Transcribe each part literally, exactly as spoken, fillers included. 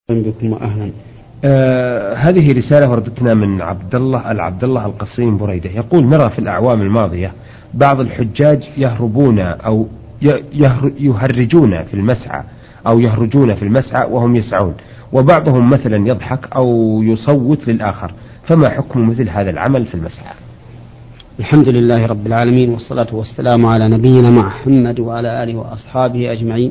بكم وأهلا. آه هذه رسالة وردتنا من عبد الله العبد الله القصيم بريدة، يقول: نرى في الأعوام الماضية بعض الحجاج يهربون أو يهرجون في المسعى أو يهرجون في المسعى وهم يسعون، وبعضهم مثلا يضحك أو يصوت للآخر، فما حكم مثل هذا العمل في المسعى؟ الحمد لله رب العالمين، والصلاة والسلام على نبينا محمد وعلى آله وأصحابه أجمعين.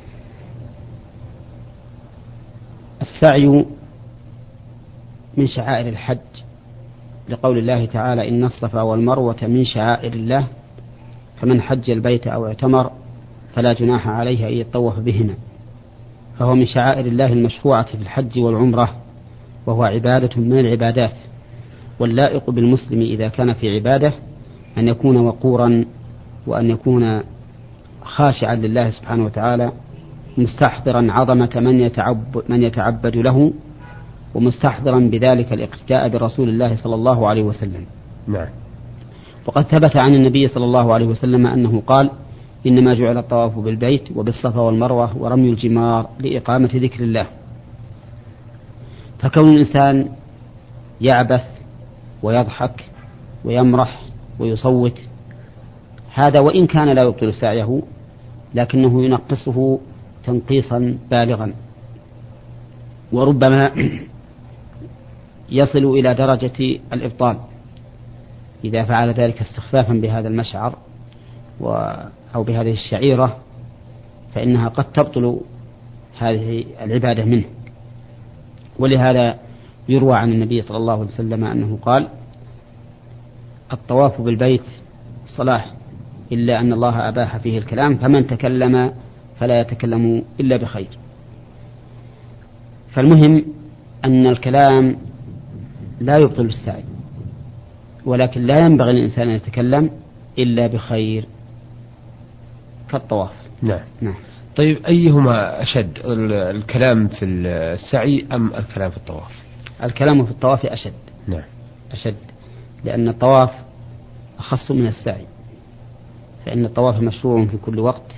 السعي من شعائر الحج، لقول الله تعالى: إن الصفا والمروة من شعائر الله، فمن حج البيت أو اعتمر فلا جناح عليه أن يطوف بهما. فهو من شعائر الله المشروعة في الحج والعمرة، وهو عبادة من العبادات، واللائق بالمسلم إذا كان في عبادة أن يكون وقورا، وأن يكون خاشعا لله سبحانه وتعالى، مستحضرا عظمة من يتعبد, من يتعبد له، ومستحضرا بذلك الاقتداء برسول الله صلى الله عليه وسلم. نعم. وقد ثبت عن النبي صلى الله عليه وسلم أنه قال: إنما جعل الطواف بالبيت وبالصفا والمروة ورمي الجمار لإقامة ذكر الله. فكون الإنسان يعبث ويضحك ويمرح ويصوت، هذا وإن كان لا يبطل سعيه، لكنه ينقصه تنقيصا بالغا، وربما يصل إلى درجة الإبطال إذا فعل ذلك استخفافا بهذا المشعر أو بهذه الشعيرة، فإنها قد تبطل هذه العبادة منه. ولهذا يروى عن النبي صلى الله عليه وسلم أنه قال: الطواف بالبيت صلاة، إلا أن الله أباح فيه الكلام، فمن تكلم فلا يتكلم إلا بخير. فالمهم أن الكلام لا يبطل السعي، ولكن لا ينبغي للإنسان أن يتكلم إلا بخير كالطواف. نعم. نعم. طيب، أيهما أشد، الكلام في السعي أم الكلام في الطواف؟ الكلام في الطواف أشد. نعم. أشد، لأن الطواف أخص من السعي، فإن الطواف مشروع في كل وقت،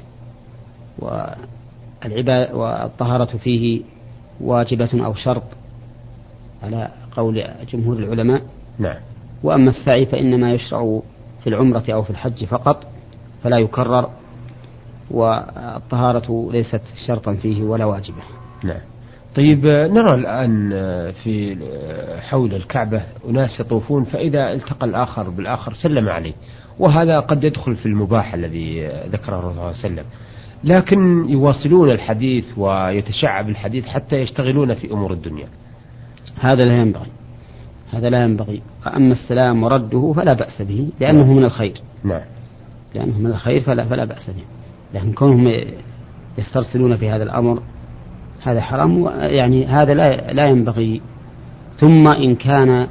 والعبادة والطهارة فيه واجبة أو شرط على قول جمهور العلماء. نعم. وأما السعي فإنما يشرع في العمرة أو في الحج فقط، فلا يكرر، والطهارة ليست شرطا فيه ولا واجبة. نعم. طيب، نرى الآن في حول الكعبة أناس يطوفون، فإذا التقى الآخر بالآخر سلم عليه، وهذا قد يدخل في المباح الذي ذكره الرسول صلى الله عليه وسلم، لكن يواصلون الحديث ويتشعب الحديث حتى يشتغلون في أمور الدنيا. هذا لا ينبغي، هذا لا ينبغي. أما السلام ورده فلا بأس به، لأنه نعم. من الخير. نعم. لأنه من الخير فلا, فلا بأس به، لكن كونهم يسترسلون في هذا الأمر هذا حرام، يعني هذا لا, لا ينبغي. ثم إن كان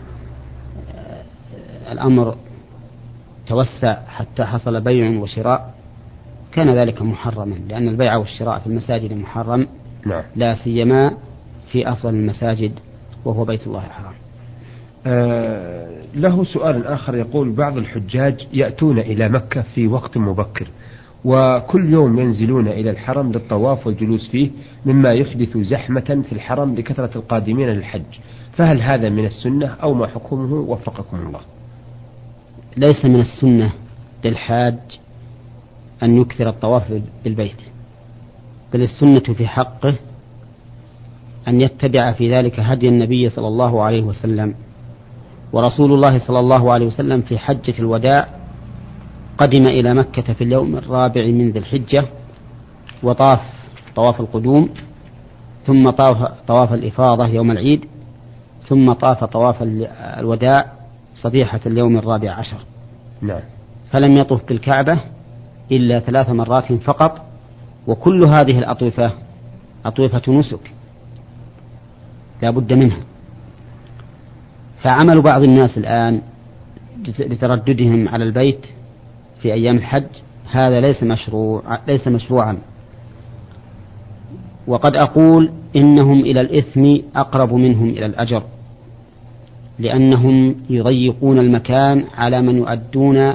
الأمر توسع حتى حصل بيع وشراء كان ذلك محرما، لأن البيع والشراء في المساجد محرم. نعم. لا سيما في أفضل المساجد وهو بيت الله الحرام. آه له سؤال آخر، يقول: بعض الحجاج يأتون إلى مكة في وقت مبكر، وكل يوم ينزلون إلى الحرم للطواف والجلوس فيه، مما يحدث زحمة في الحرم لكثرة القادمين للحج، فهل هذا من السنة أو ما حكمه وفقكم الله؟ ليس من السنة للحاج أن يكثر الطواف بالبيت، بل السنة في حقه أن يتبع في ذلك هدي النبي صلى الله عليه وسلم. ورسول الله صلى الله عليه وسلم في حجة الوداع قدم إلى مكة في اليوم الرابع من ذي الحجة، وطاف طواف القدوم، ثم طاف طواف الإفاضة يوم العيد، ثم طاف طواف الوداع صبيحة اليوم الرابع عشر. نعم. فلم يطف بالكعبة إلا ثلاث مرات فقط، وكل هذه الأطوفة أطوفة نسك لا بد منها. فعمل بعض الناس الآن بترددهم على البيت في أيام الحج هذا ليس مشروع ليس مشروعا، وقد أقول إنهم إلى الإثم أقرب منهم إلى الأجر، لأنهم يضيقون المكان على من يؤدون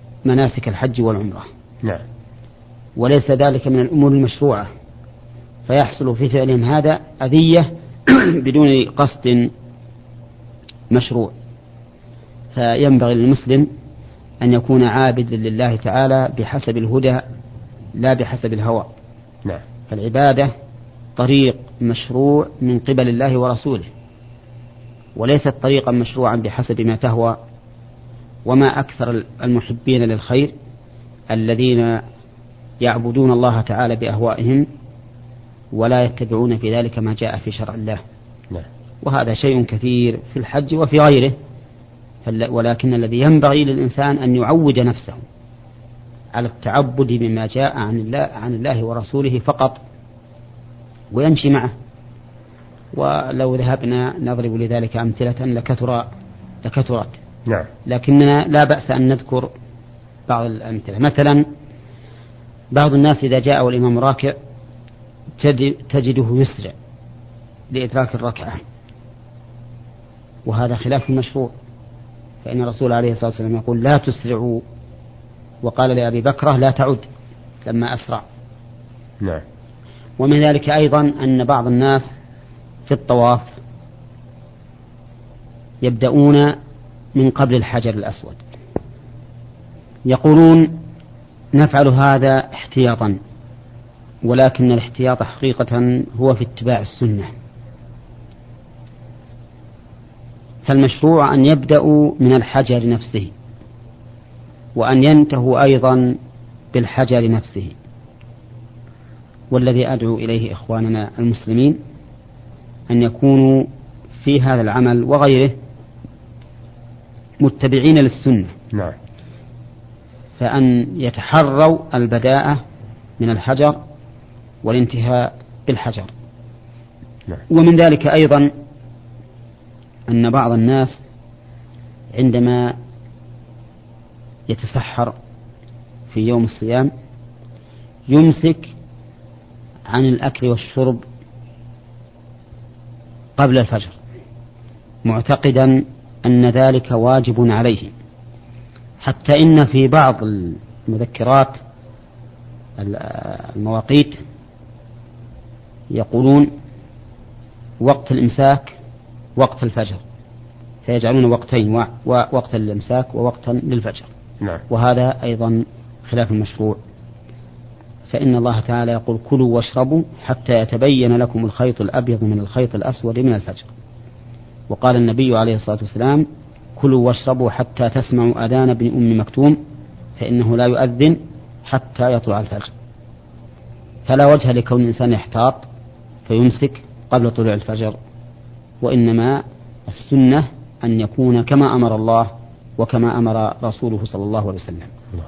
مناسك الحج والعمرة. نعم. وليس ذلك من الأمور المشروعة، فيحصل في فعلهم هذا أذية بدون قصد مشروع. فينبغي للمسلم أن يكون عابدا لله تعالى بحسب الهدى لا بحسب الهوى. نعم. فالعبادة طريق مشروع من قبل الله ورسوله، وليست طريقا مشروعا بحسب ما تهوى. وما أكثر المحبين للخير الذين يعبدون الله تعالى بأهوائهم ولا يتبعون في ذلك ما جاء في شرع الله. نعم. وهذا شيء كثير في الحج وفي غيره. ولكن الذي ينبغي للإنسان أن يعود نفسه على التعبد بما جاء عن الله, عن الله ورسوله فقط، ويمشي معه. ولو ذهبنا نضرب لذلك أمثلة لكثر لكثرت. نعم. لكننا لا بأس أن نذكر بعض الأمثلة. مثلا بعض الناس إذا جاء والإمام راكع تجده يسرع لإدراك الركعة، وهذا خلاف المشروع، فإن الرسول عليه الصلاة والسلام يقول لا تسرعوا، وقال لأبي بكرة لا تعد لما أسرع. نعم. ومن ذلك أيضا أن بعض الناس في الطواف يبدأون من قبل الحجر الأسود، يقولون نفعل هذا احتياطا، ولكن الاحتياط حقيقة هو في اتباع السنة. فالمشروع أن يبدأوا من الحجر نفسه، وأن ينتهوا أيضا بالحجر نفسه. والذي أدعو إليه إخواننا المسلمين أن يكونوا في هذا العمل وغيره متبعين للسنة. نعم. فأن يتحروا البداءة من الحجر والانتهاء بالحجر. نعم. ومن ذلك أيضا أن بعض الناس عندما يتسحر في يوم الصيام يمسك عن الأكل والشرب قبل الفجر، معتقدا أن ذلك واجب عليه، حتى إن في بعض المذكرات المواقيت يقولون وقت الإمساك وقت الفجر، فيجعلون وقتين، وقت الإمساك ووقتا للفجر. نعم. وهذا أيضا خلاف المشروع، فإن الله تعالى يقول كلوا واشربوا حتى يتبين لكم الخيط الأبيض من الخيط الأسود من الفجر. وقال النبي عليه الصلاة والسلام كلوا واشربوا حتى تسمعوا أذان ابن أم مكتوم فإنه لا يؤذن حتى يطلع الفجر. فلا وجه لكون الإنسان يحتاط فيمسك قبل طلوع الفجر، وإنما السنة أن يكون كما أمر الله وكما أمر رسوله صلى الله عليه وسلم.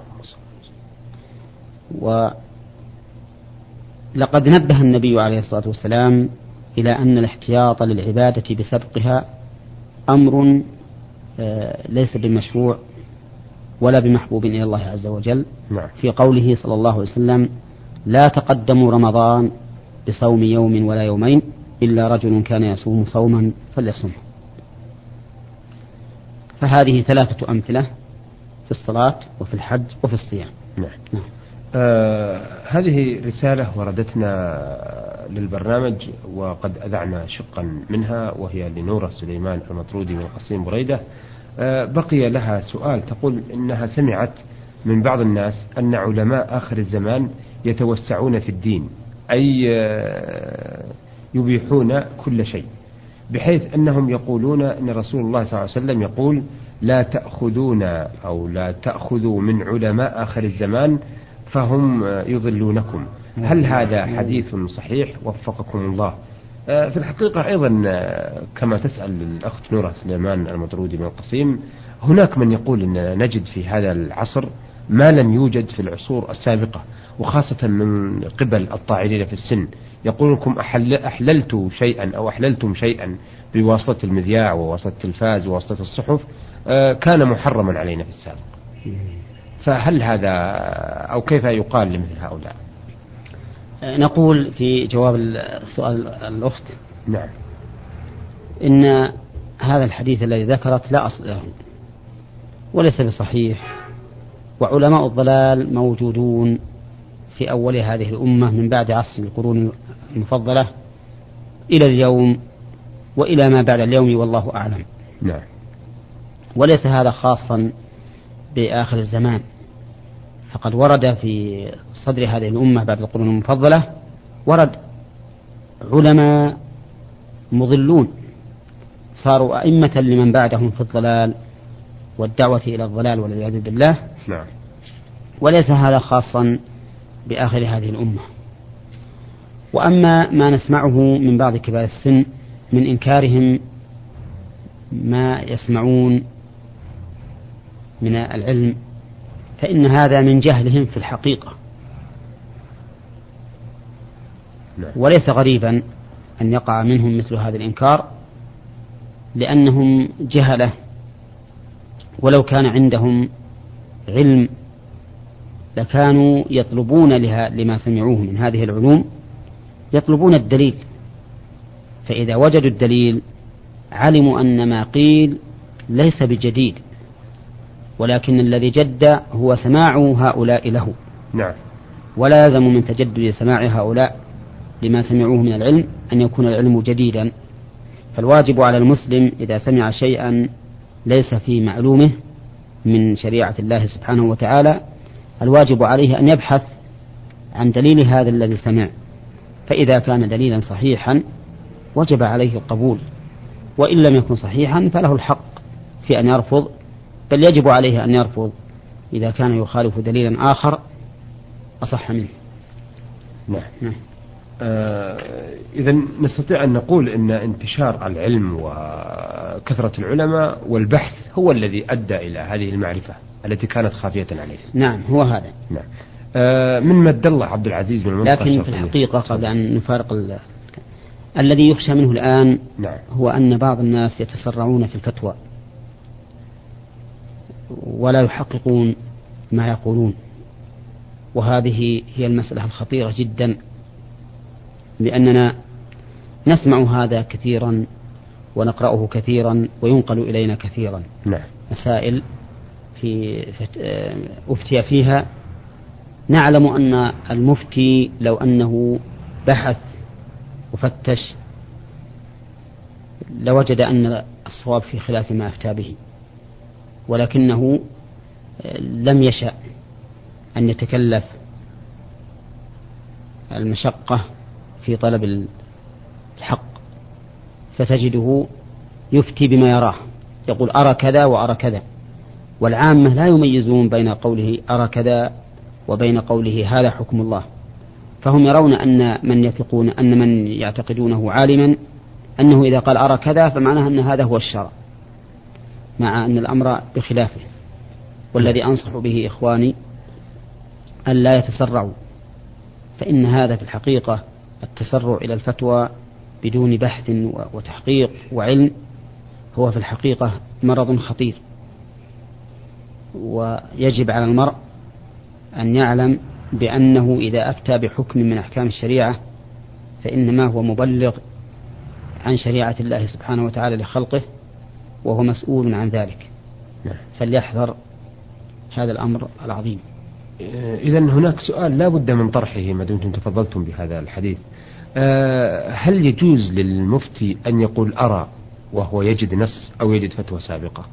ولقد نبه النبي عليه الصلاة والسلام إلى أن الاحتياط للعبادة بسبقها أمر ليس بمشروع ولا بمحبوب إلى الله عز وجل. نعم. في قوله صلى الله عليه وسلم لا تقدموا رمضان بصوم يوم ولا يومين إلا رجل كان يصوم صوما فليصمه. فهذه ثلاثة أمثلة في الصلاة وفي الحج وفي الصيام. نعم. نعم. آه هذه رسالة وردتنا للبرنامج وقد أذعنا شقا منها، وهي لنورة سليمان المطرودي والقصيم بريدة. آه بقي لها سؤال، تقول إنها سمعت من بعض الناس أن علماء آخر الزمان يتوسعون في الدين، أي آه يبيحون كل شيء، بحيث أنهم يقولون أن رسول الله صلى الله عليه وسلم يقول لا تأخذون أو لا تأخذوا من علماء آخر الزمان فهم يضلونكم. هل هذا حديث صحيح وفقكم الله؟ في الحقيقة أيضا كما تسأل الأخت نورة سليمان المطرودي من القصيم، هناك من يقول أن نجد في هذا العصر ما لم يوجد في العصور السابقة، وخاصة من قبل الطاعنين في السن، يقول لكم أحل أحللت شيئا أو أحللتم شيئا بواسطة المذياع وواسطة التلفاز وواسطة الصحف كان محرما علينا في السابق. فهل هذا أو كيف يقال لمثل هؤلاء؟ نقول في جواب السؤال الأخت نعم إن هذا الحديث الذي ذكرت لا أصل له وليس بصحيح، وعلماء الضلال موجودون في أول هذه الأمة من بعد عصر القرون المفضلة إلى اليوم وإلى ما بعد اليوم والله أعلم. نعم. وليس هذا خاصا بآخر الزمان، فقد ورد في صدر هذه الأمة بعد القرون المفضلة ورد علماء مضلون صاروا أئمة لمن بعدهم في الضلال والدعوة إلى الضلال والعياذ بالله. نعم. وليس هذا خاصا بآخر هذه الأمة. وأما ما نسمعه من بعض كبار السن من إنكارهم ما يسمعون من العلم فإن هذا من جهلهم في الحقيقة. وليس غريبا أن يقع منهم مثل هذا الإنكار، لأنهم جهلة، ولو كان عندهم علم لكانوا يطلبون لها لما سمعوه من هذه العلوم يطلبون الدليل، فإذا وجدوا الدليل علموا أن ما قيل ليس بجديد، ولكن الذي جد هو سماع هؤلاء له. نعم. ولا يلزم من تجدد سماع هؤلاء لما سمعوه من العلم أن يكون العلم جديدا. فالواجب على المسلم إذا سمع شيئا ليس في معلومه من شريعة الله سبحانه وتعالى الواجب عليه أن يبحث عن دليل هذا الذي سمع، فإذا كان دليلا صحيحا وجب عليه القبول، وإن لم يكن صحيحا فله الحق في أن يرفض، بل يجب عليه أن يرفض إذا كان يخالف دليلا آخر أصح منه. نعم. نعم. آه إذا نستطيع أن نقول أن انتشار العلم وكثرة العلماء والبحث هو الذي أدى إلى هذه المعرفة التي كانت خافية عليه. نعم هو هذا. نعم. آه من مد الله عبد العزيز بن المنصور. لكن في الحقيقة قبل أن نفارق ال... الذي يخشى منه الآن نعم. هو أن بعض الناس يتسرعون في الفتوى ولا يحققون ما يقولون، وهذه هي المسألة الخطيرة جدا، لأننا نسمع هذا كثيرا ونقرأه كثيرا وينقل إلينا كثيرا. نعم. مسائل في أفتي فيها نعلم أن المفتي لو أنه بحث وفتش لوجد أن الصواب في خلاف ما أفتى به، ولكنه لم يشأ أن يتكلف المشقة في طلب الحق، فتجده يفتي بما يراه، يقول أرى كذا وأرى كذا، والعامة لا يميزون بين قوله أرى كذا وبين قوله هذا حكم الله، فهم يرون أن من يثقون أن من يعتقدونه عالما أنه إذا قال أرى كذا فمعناه أن هذا هو الشرع، مع أن الأمر بخلافه. والذي أنصح به إخواني أن لا يتسرعوا، فإن هذا في الحقيقة التسرع إلى الفتوى بدون بحث وتحقيق وعلم هو في الحقيقة مرض خطير، ويجب على المرء أن يعلم بأنه إذا أفتى بحكم من أحكام الشريعة فإنما هو مبلغ عن شريعة الله سبحانه وتعالى لخلقه، وهو مسؤول عن ذلك، فليحذر هذا الأمر العظيم. إذا هناك سؤال لا بد من طرحه ما دمتم تفضلتم بهذا الحديث، هل يجوز للمفتي أن يقول أرى وهو يجد نص أو يجد فتوى سابقة؟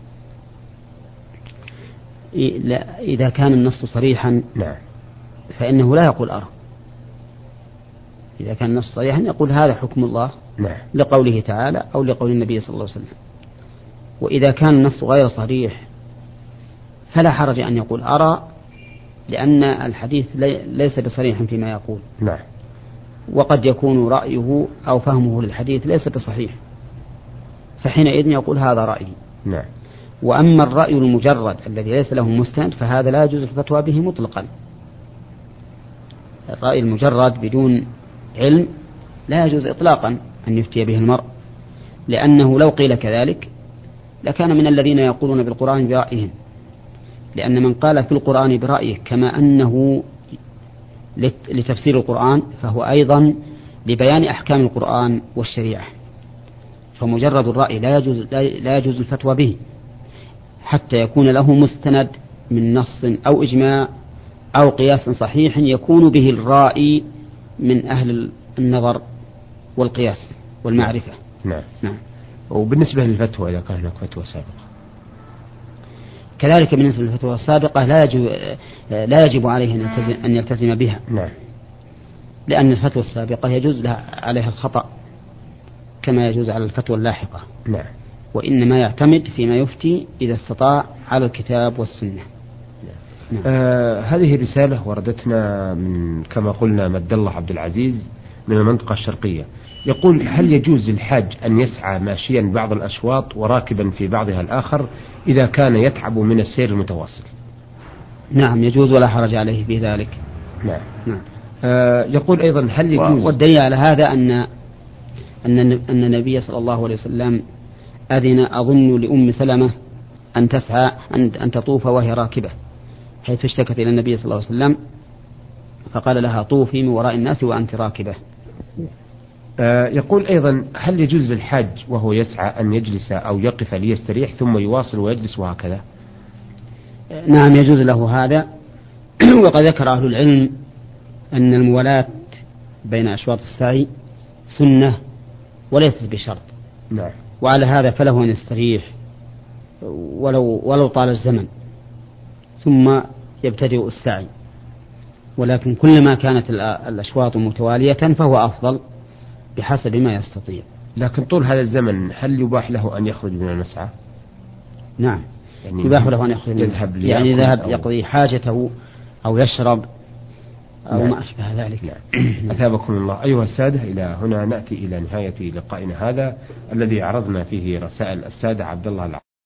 إذا كان النص صريحا نعم فإنه لا يقول أرى. إذا كان النص صريحا يقول هذا حكم الله نعم لقوله تعالى أو لقول النبي صلى الله عليه وسلم. وإذا كان النص غير صريح فلا حرج أن يقول أرى، لأن الحديث ليس بصريح فيما يقول. نعم. وقد يكون رأيه أو فهمه للحديث ليس بصحيح، فحينئذ يقول هذا رأيي. نعم. وأما الرأي المجرد الذي ليس له مستند فهذا لا يجوز الفتوى به مطلقا. الرأي المجرد بدون علم لا يجوز إطلاقا أن يفتي به المرء، لأنه لو قيل كذلك لكان من الذين يقولون بالقرآن برأيهم، لأن من قال في القرآن برأيه كما أنه لتفسير القرآن فهو أيضا لبيان أحكام القرآن والشريعة، فمجرد الرأي لا يجوز, لا يجوز الفتوى به حتى يكون له مستند من نص أو إجماع أو قياس صحيح يكون به الرائي من أهل النظر والقياس والمعرفة. نعم. نعم. وبالنسبة للفتوى إذا كان هناك فتوى سابقة كذلك بالنسبة للفتوى السابقة لا يجب, لا يجب عليه أن يلتزم, أن يلتزم بها. نعم. لأن الفتوى السابقة يجوز لها عليها الخطأ كما يجوز على الفتوى اللاحقة. نعم. وإنما يعتمد فيما يفتي إذا استطاع على الكتاب والسنة. نعم. آه هذه رسالة وردتنا من كما قلنا مد الله عبد العزيز من المنطقة الشرقية، يقول: هل يجوز للحاج أن يسعى ماشيا بعض الأشواط وراكبا في بعضها الآخر إذا كان يتعب من السير المتواصل؟ نعم يجوز ولا حرج عليه في ذلك. نعم. نعم. آه يقول أيضا: هل يجوز، والدليل على هذا أن أن أن النبي صلى الله عليه وسلم أذن أظن لأم سلمة أن تسعى أن أن تطوف وهي راكبة، حيث اشتكت إلى النبي صلى الله عليه وسلم فقال لها: طوفي من وراء الناس وأنت راكبة. آه يقول أيضا: هل يجوز للحاج وهو يسعى أن يجلس أو يقف ليستريح ثم يواصل ويجلس وهكذا؟ نعم يجوز له هذا. وقد ذكر أهل العلم أن الموالاة بين أشواط السعي سنة وليست بشرط. نعم. وعلى هذا فله أن يستريح ولو, ولو طال الزمن ثم يبتدئ السعي، ولكن كلما كانت الأشواط متوالية فهو أفضل بحسب ما يستطيع. لكن طول هذا الزمن هل يباح له أن يخرج من المسعى؟ نعم يعني يباح له أن يخرج يذهب يعني ذهب يقضي حاجته أو يشرب أو نعم. ما أشبه ذلك. نعم. أثابكم الله. أيها السادة، إلى هنا نأتي إلى نهاية لقائنا هذا الذي عرضنا فيه رسائل السادة عبد الله